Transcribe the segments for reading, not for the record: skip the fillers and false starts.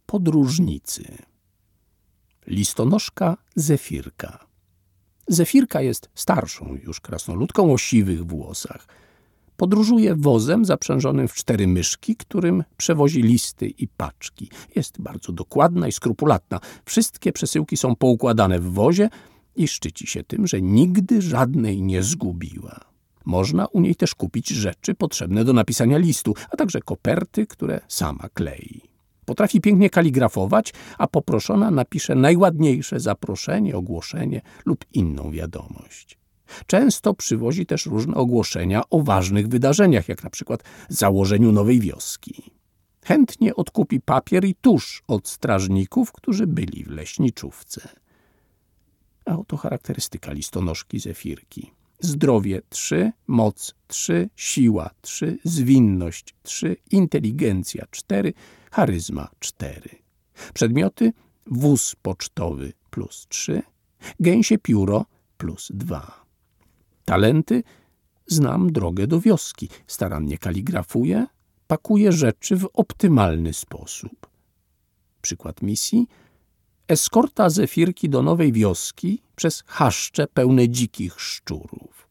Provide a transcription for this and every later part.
Podróżnicy. Listonoszka Zefirka. Zefirka jest starszą już krasnoludką o siwych włosach. Podróżuje wozem zaprzężonym w 4 myszki, którym przewozi listy i paczki. Jest bardzo dokładna i skrupulatna. Wszystkie przesyłki są poukładane w wozie i szczyci się tym, że nigdy żadnej nie zgubiła. Można u niej też kupić rzeczy potrzebne do napisania listu, a także koperty, które sama klei. Potrafi pięknie kaligrafować, a poproszona napisze najładniejsze zaproszenie, ogłoszenie lub inną wiadomość. Często przywozi też różne ogłoszenia o ważnych wydarzeniach, jak na przykład założeniu nowej wioski. Chętnie odkupi papier i tusz od strażników, którzy byli w leśniczówce. A oto charakterystyka listonoszki Zefirki. Zdrowie 3, moc 3, siła 3, zwinność 3, inteligencja 4, charyzma 4. Przedmioty: wóz pocztowy +3, gęsie pióro +2. Talenty: znam drogę do wioski, starannie kaligrafuję, pakuję rzeczy w optymalny sposób. Przykład misji: eskorta Zefirki do nowej wioski przez chaszcze pełne dzikich szczurów.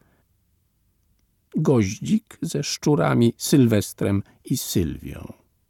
Goździk ze szczurami Sylwestrem i Sylwią.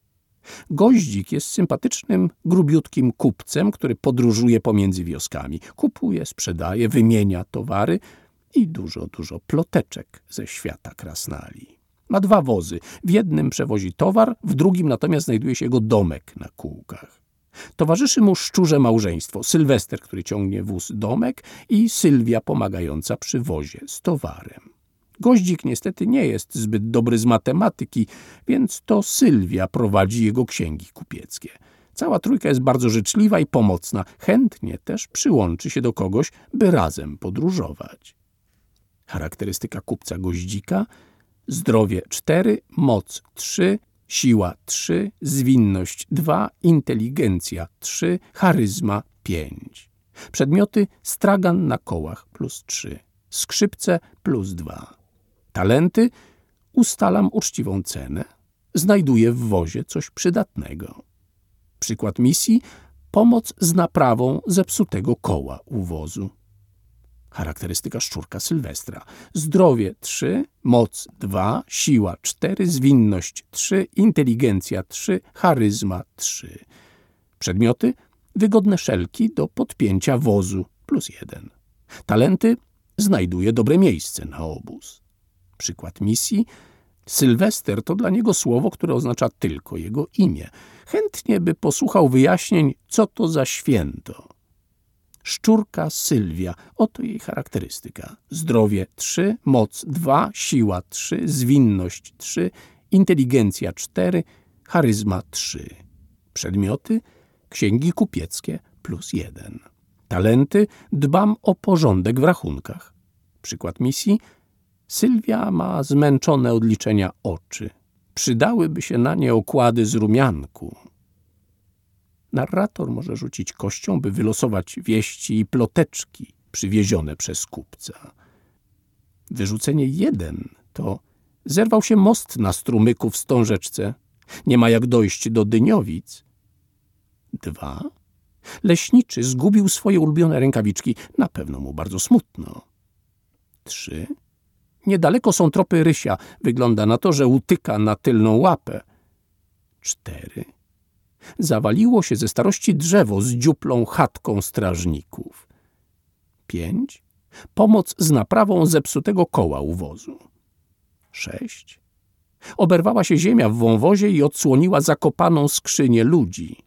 Goździk jest sympatycznym, grubiutkim kupcem, który podróżuje pomiędzy wioskami. Kupuje, sprzedaje, wymienia towary i dużo ploteczek ze świata krasnali. Ma 2 wozy. W jednym przewozi towar, w drugim natomiast znajduje się jego domek na kółkach. Towarzyszy mu szczurze małżeństwo, Sylwester, który ciągnie wóz domek, i Sylwia pomagająca przy wozie z towarem. Goździk niestety nie jest zbyt dobry z matematyki, więc to Sylwia prowadzi jego księgi kupieckie. Cała trójka jest bardzo życzliwa i pomocna. Chętnie też przyłączy się do kogoś, by razem podróżować. Charakterystyka kupca Goździka: zdrowie 4, moc 3, siła 3, zwinność 2, inteligencja 3, charyzma 5. Przedmioty: stragan na kołach +3, skrzypce +2. Talenty: ustalam uczciwą cenę, znajduję w wozie coś przydatnego. Przykład misji: pomoc z naprawą zepsutego koła u wozu. Charakterystyka szczurka Sylwestra: zdrowie 3, moc 2, siła 4, zwinność 3, inteligencja 3, charyzma 3. Przedmioty: wygodne szelki do podpięcia wozu +1. Talenty: znajduje dobre miejsce na obóz. Przykład misji: Sylwester to dla niego słowo, które oznacza tylko jego imię. Chętnie by posłuchał wyjaśnień, co to za święto. Szczurka Sylwia, oto jej charakterystyka. Zdrowie 3, moc 2, siła 3, zwinność 3, inteligencja 4, charyzma 3. Przedmioty: księgi kupieckie +1. Talenty: dbam o porządek w rachunkach. Przykład misji: Sylwia ma zmęczone od liczenia oczy. Przydałyby się na nie okłady z rumianku. Narrator może rzucić kością, by wylosować wieści i ploteczki przywiezione przez kupca. Wyrzucenie 1 to: zerwał się most na strumyku w Stążeczce. Nie ma jak dojść do Dyniowic. 2. Leśniczy zgubił swoje ulubione rękawiczki. Na pewno mu bardzo smutno. 3. Niedaleko są tropy rysia. Wygląda na to, że utyka na tylną łapę. 4. Zawaliło się ze starości drzewo z dziuplą chatką strażników. 5. Pomoc z naprawą zepsutego koła u wozu. 6. Oberwała się ziemia w wąwozie i odsłoniła zakopaną skrzynię ludzi.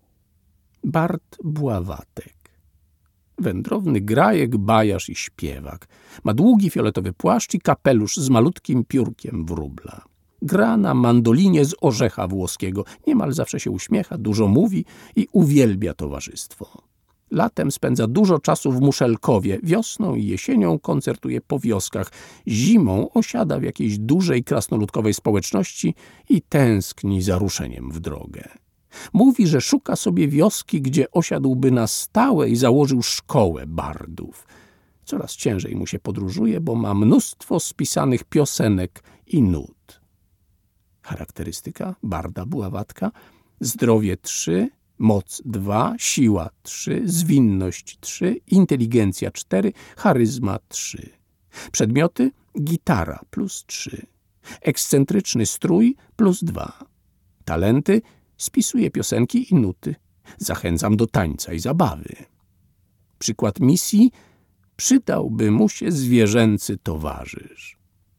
Bart Bławatek. Wędrowny grajek, bajarz i śpiewak. Ma długi fioletowy płaszcz i kapelusz z malutkim piórkiem wróbla. Gra na mandolinie z orzecha włoskiego. Niemal zawsze się uśmiecha, dużo mówi i uwielbia towarzystwo. Latem spędza dużo czasu w Muszelkowie, wiosną i jesienią koncertuje po wioskach. Zimą osiada w jakiejś dużej krasnoludkowej społeczności i tęskni za ruszeniem w drogę. Mówi, że szuka sobie wioski, gdzie osiadłby na stałe i założył szkołę bardów. Coraz ciężej mu się podróżuje, bo ma mnóstwo spisanych piosenek i nut. Charakterystyka barda Bławatka: zdrowie 3, moc 2, siła 3, zwinność 3, inteligencja 4, charyzma 3. Przedmioty: gitara +3, ekscentryczny strój +2. Talenty: spisuję piosenki i nuty, zachęcam do tańca i zabawy. Przykład misji: przydałby mu się zwierzęcy towarzysz.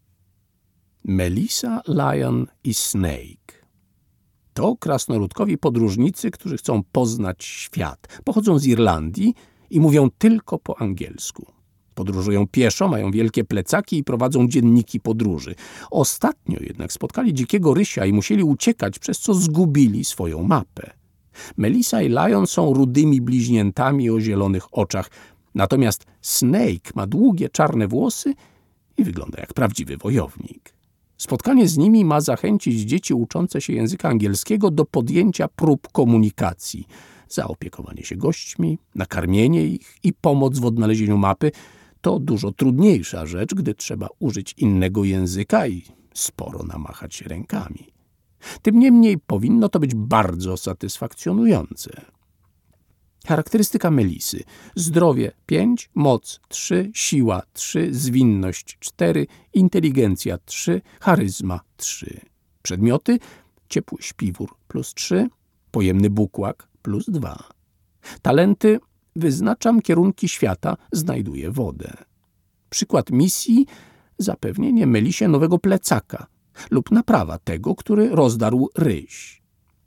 Melissa, Lion i Snake. To krasnoludkowi podróżnicy, którzy chcą poznać świat. Pochodzą z Irlandii i mówią tylko po angielsku. Podróżują pieszo, mają wielkie plecaki i prowadzą dzienniki podróży. Ostatnio jednak spotkali dzikiego rysia i musieli uciekać, przez co zgubili swoją mapę. Melissa i Lion są rudymi bliźniętami o zielonych oczach, natomiast Snake ma długie czarne włosy i wygląda jak prawdziwy wojownik. Spotkanie z nimi ma zachęcić dzieci uczące się języka angielskiego do podjęcia prób komunikacji, zaopiekowanie się gośćmi, nakarmienie ich i pomoc w odnalezieniu mapy. To dużo trudniejsza rzecz, gdy trzeba użyć innego języka i sporo namachać się rękami. Tym niemniej powinno to być bardzo satysfakcjonujące. Charakterystyka Melisy: zdrowie 5, moc 3, siła 3, zwinność 4, inteligencja 3, charyzma 3. Przedmioty: ciepły śpiwór +3, pojemny bukłak +2. Talenty: wyznaczam kierunki świata, znajduję wodę. Przykład misji: zapewnienie Melisie nowego plecaka lub naprawa tego, który rozdarł ryś.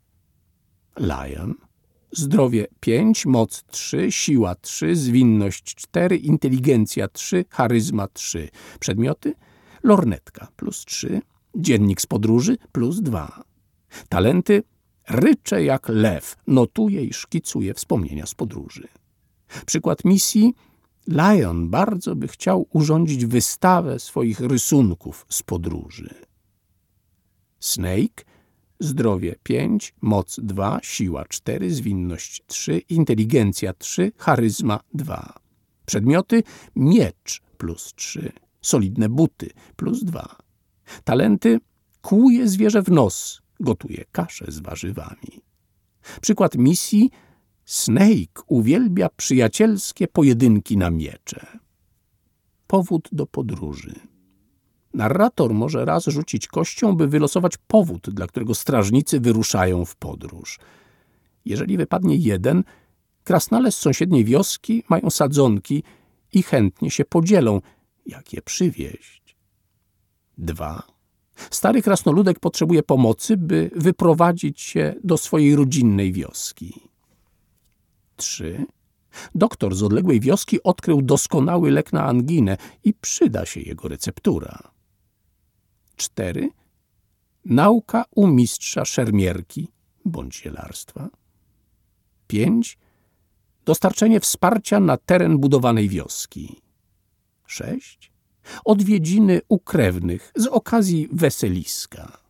Lion: zdrowie 5, moc 3, siła 3, zwinność 4, inteligencja 3, charyzma 3. Przedmioty: lornetka +3, dziennik z podróży +2. Talenty: ryczę jak lew, notuję i szkicuję wspomnienia z podróży. Przykład misji: Lion bardzo by chciał urządzić wystawę swoich rysunków z podróży. Snake: zdrowie 5, moc 2, siła 4, zwinność 3, inteligencja 3, charyzma 2. Przedmioty: miecz +3, solidne buty +2. Talenty: kłuje zwierzę w nos, gotuje kaszę z warzywami. Przykład misji: Snake uwielbia przyjacielskie pojedynki na miecze. Powód do podróży. Narrator może raz rzucić kością, by wylosować powód, dla którego strażnicy wyruszają w podróż. Jeżeli wypadnie 1, krasnale z sąsiedniej wioski mają sadzonki i chętnie się podzielą, jak je przywieźć. 2. Stary krasnoludek potrzebuje pomocy, by wyprowadzić się do swojej rodzinnej wioski. 3. Doktor z odległej wioski odkrył doskonały lek na anginę i przyda się jego receptura. 4. Nauka u mistrza szermierki bądź zielarstwa. 5. Dostarczenie wsparcia na teren budowanej wioski. 6. Odwiedziny u krewnych z okazji weseliska.